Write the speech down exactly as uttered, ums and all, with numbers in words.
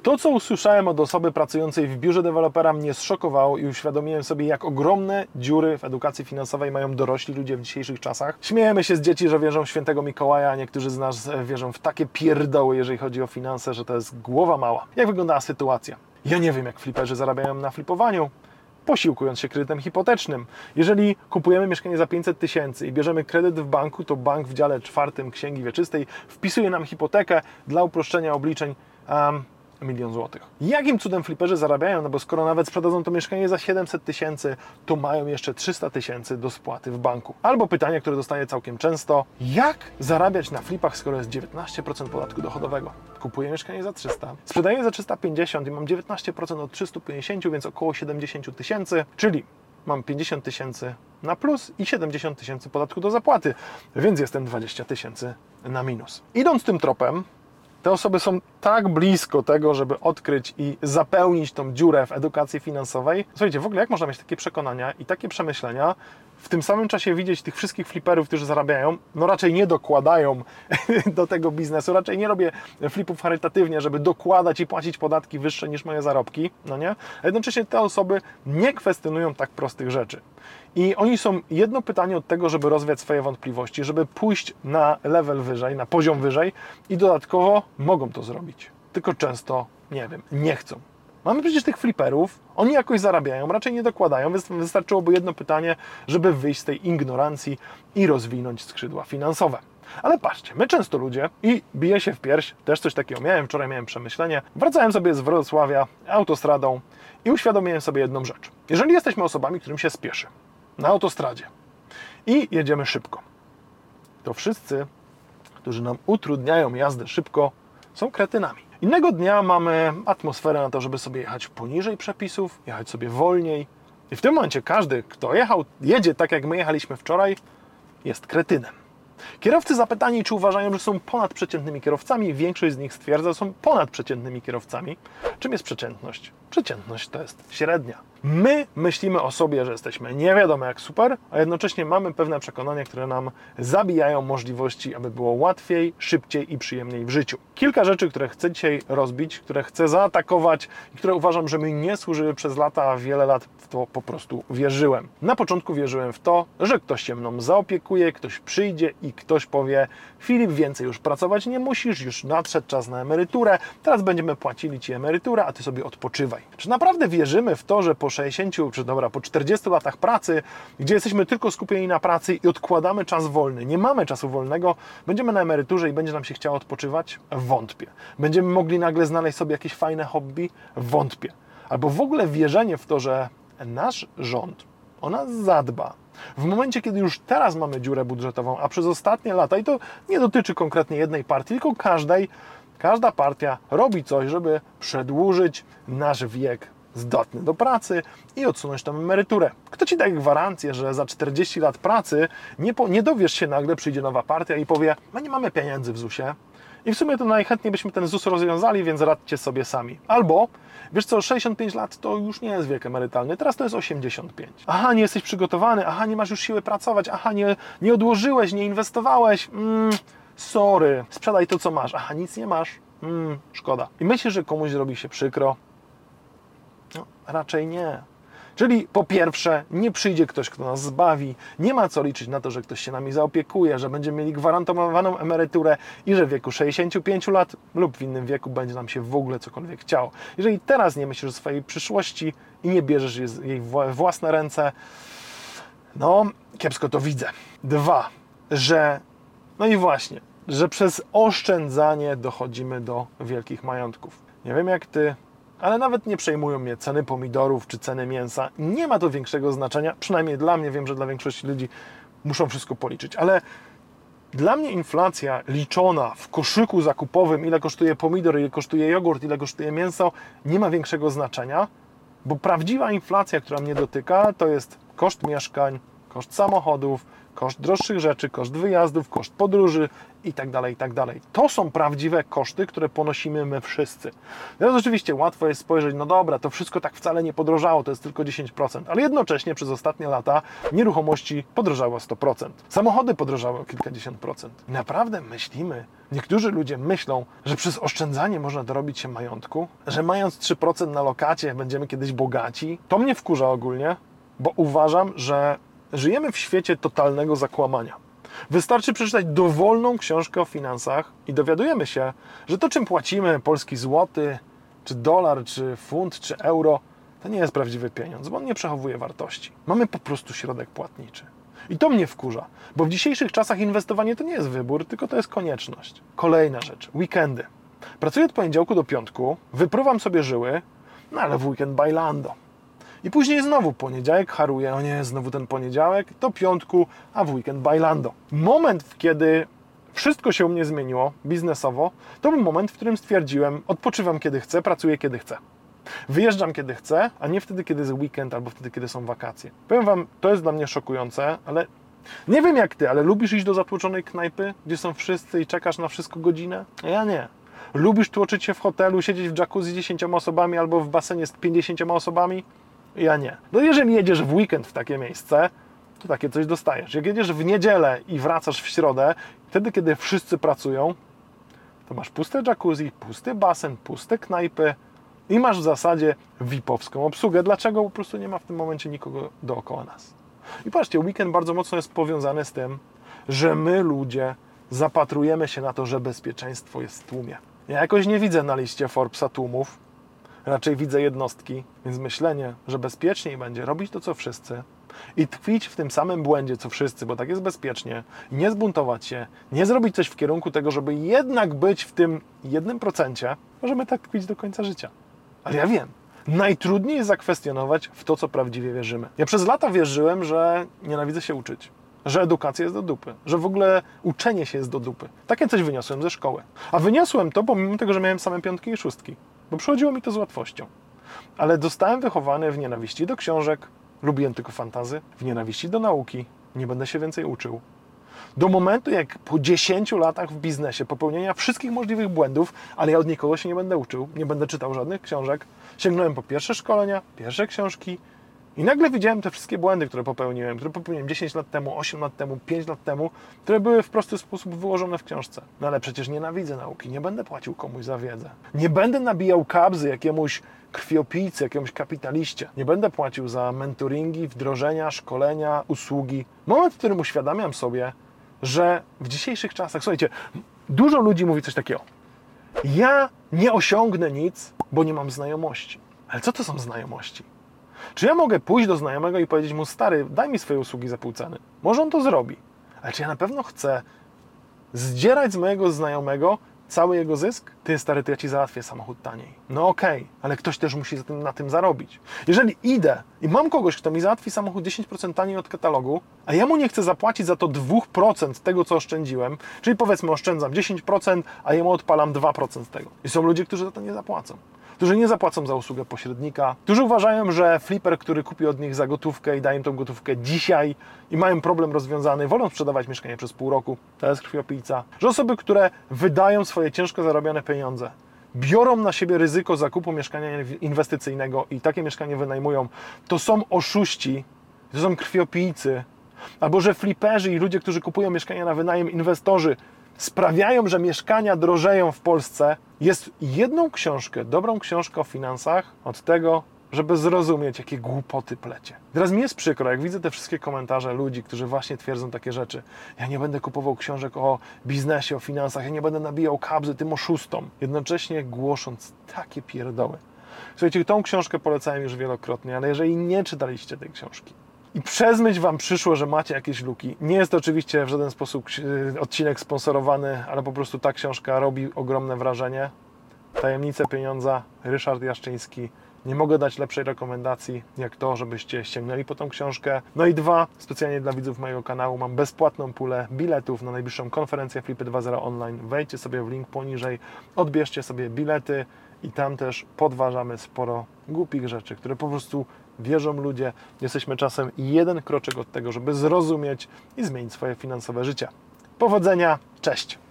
To, co usłyszałem od osoby pracującej w biurze dewelopera, mnie zszokowało i uświadomiłem sobie, jak ogromne dziury w edukacji finansowej mają dorośli ludzie w dzisiejszych czasach. Śmiejemy się z dzieci, że wierzą w świętego Mikołaja, a niektórzy z nas wierzą w takie pierdoły, jeżeli chodzi o finanse, że to jest głowa mała. Jak wyglądała sytuacja? Ja nie wiem, jak fliperzy zarabiają na flipowaniu, posiłkując się kredytem hipotecznym. Jeżeli kupujemy mieszkanie za pięćset tysięcy i bierzemy kredyt w banku, to bank w dziale czwartym Księgi Wieczystej wpisuje nam hipotekę dla uproszczenia obliczeń um, milion złotych. Jakim cudem fliperzy zarabiają? No bo skoro nawet sprzedadzą to mieszkanie za siedemset tysięcy, to mają jeszcze trzysta tysięcy do spłaty w banku. Albo pytanie, które dostaję całkiem często, jak zarabiać na flipach, skoro jest dziewiętnaście procent podatku dochodowego? Kupuję mieszkanie za trzysta, sprzedaję za trzysta pięćdziesiąt i mam dziewiętnaście procent od trzystu pięćdziesięciu, więc około siedemdziesiąt tysięcy, czyli mam pięćdziesiąt tysięcy na plus i siedemdziesiąt tysięcy podatku do zapłaty, więc jestem dwadzieścia tysięcy na minus. Idąc tym tropem, te osoby są tak blisko tego, żeby odkryć i zapełnić tą dziurę w edukacji finansowej. Słuchajcie, w ogóle jak można mieć takie przekonania i takie przemyślenia, w tym samym czasie widzieć tych wszystkich fliperów, którzy zarabiają, no raczej nie dokładają do tego biznesu, raczej nie robię flipów charytatywnie, żeby dokładać i płacić podatki wyższe niż moje zarobki, no nie? A jednocześnie te osoby nie kwestionują tak prostych rzeczy. I oni są jedno pytanie od tego, żeby rozwiać swoje wątpliwości, żeby pójść na level wyżej, na poziom wyżej i dodatkowo mogą to zrobić. Tylko często, nie wiem, nie chcą. Mamy przecież tych fliperów, oni jakoś zarabiają, raczej nie dokładają, więc wystarczyłoby jedno pytanie, żeby wyjść z tej ignorancji i rozwinąć skrzydła finansowe. Ale patrzcie, my często ludzie, i biję się w pierś, też coś takiego miałem, wczoraj miałem przemyślenie, wracałem sobie z Wrocławia autostradą i uświadomiłem sobie jedną rzecz. Jeżeli jesteśmy osobami, którym się spieszy na autostradzie i jedziemy szybko, to wszyscy, którzy nam utrudniają jazdę szybko, są kretynami. Innego dnia mamy atmosferę na to, żeby sobie jechać poniżej przepisów, jechać sobie wolniej. I w tym momencie każdy, kto jechał, jedzie tak, jak my jechaliśmy wczoraj, jest kretynem. Kierowcy zapytani, czy uważają, że są ponadprzeciętnymi kierowcami, większość z nich stwierdza, że są ponadprzeciętnymi kierowcami. Czym jest przeciętność? Przeciętność to jest średnia. My myślimy o sobie, że jesteśmy nie wiadomo jak super, a jednocześnie mamy pewne przekonania, które nam zabijają możliwości, aby było łatwiej, szybciej i przyjemniej w życiu. Kilka rzeczy, które chcę dzisiaj rozbić, które chcę zaatakować i które uważam, że mi nie służyły przez lata, a wiele lat w to po prostu wierzyłem. Na początku wierzyłem w to, że ktoś się mną zaopiekuje, ktoś przyjdzie i ktoś powie: Filip, więcej już pracować nie musisz, już nadszedł czas na emeryturę, teraz będziemy płacili Ci emeryturę, a Ty sobie odpoczywaj. Czy naprawdę wierzymy w to, że po sześćdziesięciu, czy dobra, po czterdziestu latach pracy, gdzie jesteśmy tylko skupieni na pracy i odkładamy czas wolny, nie mamy czasu wolnego, będziemy na emeryturze i będzie nam się chciało odpoczywać? Wątpię. Będziemy mogli nagle znaleźć sobie jakieś fajne hobby? Wątpię. Albo w ogóle wierzenie w to, że nasz rząd o nas zadba. W momencie, kiedy już teraz mamy dziurę budżetową, a przez ostatnie lata, i to nie dotyczy konkretnie jednej partii, tylko każdej, każda partia robi coś, żeby przedłużyć nasz wiek zdatny do pracy i odsunąć tą emeryturę. Kto Ci daje gwarancję, że za czterdzieści lat pracy nie, po, nie dowiesz się nagle, przyjdzie nowa partia i powie: my nie mamy pieniędzy w zusie i w sumie to najchętniej byśmy ten ZUS rozwiązali, więc radźcie sobie sami. Albo, wiesz co, sześćdziesiąt pięć lat to już nie jest wiek emerytalny, teraz to jest osiemdziesiąt pięć. Aha, nie jesteś przygotowany, aha, nie masz już siły pracować, aha, nie, nie odłożyłeś, nie inwestowałeś, mm, sorry, sprzedaj to, co masz, aha, nic nie masz, mm, szkoda. I myślisz, że komuś zrobi się przykro? No, raczej nie. Czyli po pierwsze, nie przyjdzie ktoś, kto nas zbawi, nie ma co liczyć na to, że ktoś się nami zaopiekuje, że będziemy mieli gwarantowaną emeryturę i że w wieku sześćdziesięciu pięciu lat lub w innym wieku będzie nam się w ogóle cokolwiek chciało. Jeżeli teraz nie myślisz o swojej przyszłości i nie bierzesz jej w własne ręce, no kiepsko to widzę. Dwa, że, no i właśnie, że przez oszczędzanie dochodzimy do wielkich majątków. Nie wiem jak Ty, ale nawet nie przejmują mnie ceny pomidorów czy ceny mięsa. Nie ma to większego znaczenia, przynajmniej dla mnie, wiem, że dla większości ludzi muszą wszystko policzyć, ale dla mnie inflacja liczona w koszyku zakupowym, ile kosztuje pomidor, ile kosztuje jogurt, ile kosztuje mięso, nie ma większego znaczenia, bo prawdziwa inflacja, która mnie dotyka, to jest koszt mieszkań, koszt samochodów, koszt droższych rzeczy, koszt wyjazdów, koszt podróży i tak dalej, i tak dalej. To są prawdziwe koszty, które ponosimy my wszyscy. Teraz oczywiście łatwo jest spojrzeć, no dobra, to wszystko tak wcale nie podrożało, to jest tylko dziesięć procent, ale jednocześnie przez ostatnie lata nieruchomości podrożały o sto procent. Samochody podrożały o kilkadziesiąt procent. Naprawdę myślimy, niektórzy ludzie myślą, że przez oszczędzanie można dorobić się majątku, że mając trzy procent na lokacie będziemy kiedyś bogaci. To mnie wkurza ogólnie, bo uważam, że żyjemy w świecie totalnego zakłamania. Wystarczy przeczytać dowolną książkę o finansach i dowiadujemy się, że to, czym płacimy, polski złoty, czy dolar, czy funt, czy euro, to nie jest prawdziwy pieniądz, bo on nie przechowuje wartości. Mamy po prostu środek płatniczy. I to mnie wkurza, bo w dzisiejszych czasach inwestowanie to nie jest wybór, tylko to jest konieczność. Kolejna rzecz, weekendy. Pracuję od poniedziałku do piątku, wypruwam sobie żyły, no ale w weekend bailando. I później znowu poniedziałek haruję, o nie, znowu ten poniedziałek, do piątku, a w weekend bailando. Moment, kiedy wszystko się u mnie zmieniło biznesowo, to był moment, w którym stwierdziłem, odpoczywam kiedy chcę, pracuję kiedy chcę. Wyjeżdżam kiedy chcę, a nie wtedy, kiedy jest weekend albo wtedy, kiedy są wakacje. Powiem Wam, to jest dla mnie szokujące, ale nie wiem jak Ty, ale lubisz iść do zatłoczonej knajpy, gdzie są wszyscy i czekasz na wszystko godzinę? Ja nie. Lubisz tłoczyć się w hotelu, siedzieć w jacuzzi z dziesięcioma osobami albo w basenie z pięćdziesięcioma osobami? Ja nie. No jeżeli jedziesz w weekend w takie miejsce, to takie coś dostajesz. Jak jedziesz w niedzielę i wracasz w środę, wtedy, kiedy wszyscy pracują, to masz puste jacuzzi, pusty basen, puste knajpy i masz w zasadzie V I P-owską obsługę. Dlaczego? Po prostu nie ma w tym momencie nikogo dookoła nas. I patrzcie, weekend bardzo mocno jest powiązany z tym, że my ludzie zapatrujemy się na to, że bezpieczeństwo jest w tłumie. Ja jakoś nie widzę na liście Forbesa tłumów, raczej widzę jednostki, więc myślenie, że bezpieczniej będzie robić to, co wszyscy i tkwić w tym samym błędzie, co wszyscy, bo tak jest bezpiecznie, nie zbuntować się, nie zrobić coś w kierunku tego, żeby jednak być w tym jednym procencie, możemy tak tkwić do końca życia. Ale ja wiem, najtrudniej jest zakwestionować w to, co prawdziwie wierzymy. Ja przez lata wierzyłem, że nienawidzę się uczyć, że edukacja jest do dupy, że w ogóle uczenie się jest do dupy. Takie coś wyniosłem ze szkoły. A wyniosłem to pomimo tego, że miałem same piątki i szóstki, bo przychodziło mi to z łatwością. Ale zostałem wychowany w nienawiści do książek, lubiłem tylko fantazy, w nienawiści do nauki, nie będę się więcej uczył. Do momentu, jak po dziesięciu latach w biznesie popełnienia wszystkich możliwych błędów, ale ja od nikogo się nie będę uczył, nie będę czytał żadnych książek, sięgnąłem po pierwsze szkolenia, pierwsze książki i nagle widziałem te wszystkie błędy, które popełniłem, które popełniłem dziesięć lat temu, osiem lat temu, pięć lat temu, które były w prosty sposób wyłożone w książce. No ale przecież nienawidzę nauki, nie będę płacił komuś za wiedzę. Nie będę nabijał kabzy jakiemuś krwiopijcy, jakiemuś kapitaliście. Nie będę płacił za mentoringi, wdrożenia, szkolenia, usługi. Moment, w którym uświadamiam sobie, że w dzisiejszych czasach, słuchajcie, dużo ludzi mówi coś takiego. Ja nie osiągnę nic, bo nie mam znajomości. Ale co to są znajomości? Czy ja mogę pójść do znajomego i powiedzieć mu, stary, daj mi swoje usługi za pół ceny? Może on to zrobi. Ale czy ja na pewno chcę zdzierać z mojego znajomego cały jego zysk? Ty, stary, to ja ci załatwię samochód taniej. No okej, okay, ale ktoś też musi na tym zarobić. Jeżeli idę i mam kogoś, kto mi załatwi samochód dziesięć procent taniej od katalogu, a ja mu nie chcę zapłacić za to dwa procent tego, co oszczędziłem, czyli powiedzmy oszczędzam dziesięć procent, a jemu odpalam dwa procent z tego. I są ludzie, którzy za to nie zapłacą. Którzy nie zapłacą za usługę pośrednika, którzy uważają, że fliper, który kupi od nich za gotówkę i daje im tą gotówkę dzisiaj i mają problem rozwiązany, wolą sprzedawać mieszkanie przez pół roku, to jest krwiopijca. Że osoby, które wydają swoje ciężko zarobione pieniądze, biorą na siebie ryzyko zakupu mieszkania inwestycyjnego i takie mieszkanie wynajmują, to są oszuści, to są krwiopijcy. Albo że fliperzy i ludzie, którzy kupują mieszkania na wynajem, inwestorzy, sprawiają, że mieszkania drożeją w Polsce, jest jedną książkę, dobrą książkę o finansach od tego, żeby zrozumieć, jakie głupoty plecie. Teraz mi jest przykro, jak widzę te wszystkie komentarze ludzi, którzy właśnie twierdzą takie rzeczy. Ja nie będę kupował książek o biznesie, o finansach, ja nie będę nabijał kabzy tym oszustom. Jednocześnie głosząc takie pierdoły. Słuchajcie, tą książkę polecałem już wielokrotnie, ale jeżeli nie czytaliście tej książki, i przez myśl Wam przyszło, że macie jakieś luki. Nie jest to oczywiście w żaden sposób odcinek sponsorowany, ale po prostu ta książka robi ogromne wrażenie. Tajemnice pieniądza, Ryszard Jaszczyński. Nie mogę dać lepszej rekomendacji, jak to, żebyście sięgnęli po tą książkę. No i dwa, specjalnie dla widzów mojego kanału mam bezpłatną pulę biletów na najbliższą konferencję Flipy dwa zero online. Wejdźcie sobie w link poniżej, odbierzcie sobie bilety i tam też podważamy sporo głupich rzeczy, które po prostu wierzą ludzie. Jesteśmy czasem jeden kroczek od tego, żeby zrozumieć i zmienić swoje finansowe życie. Powodzenia, cześć!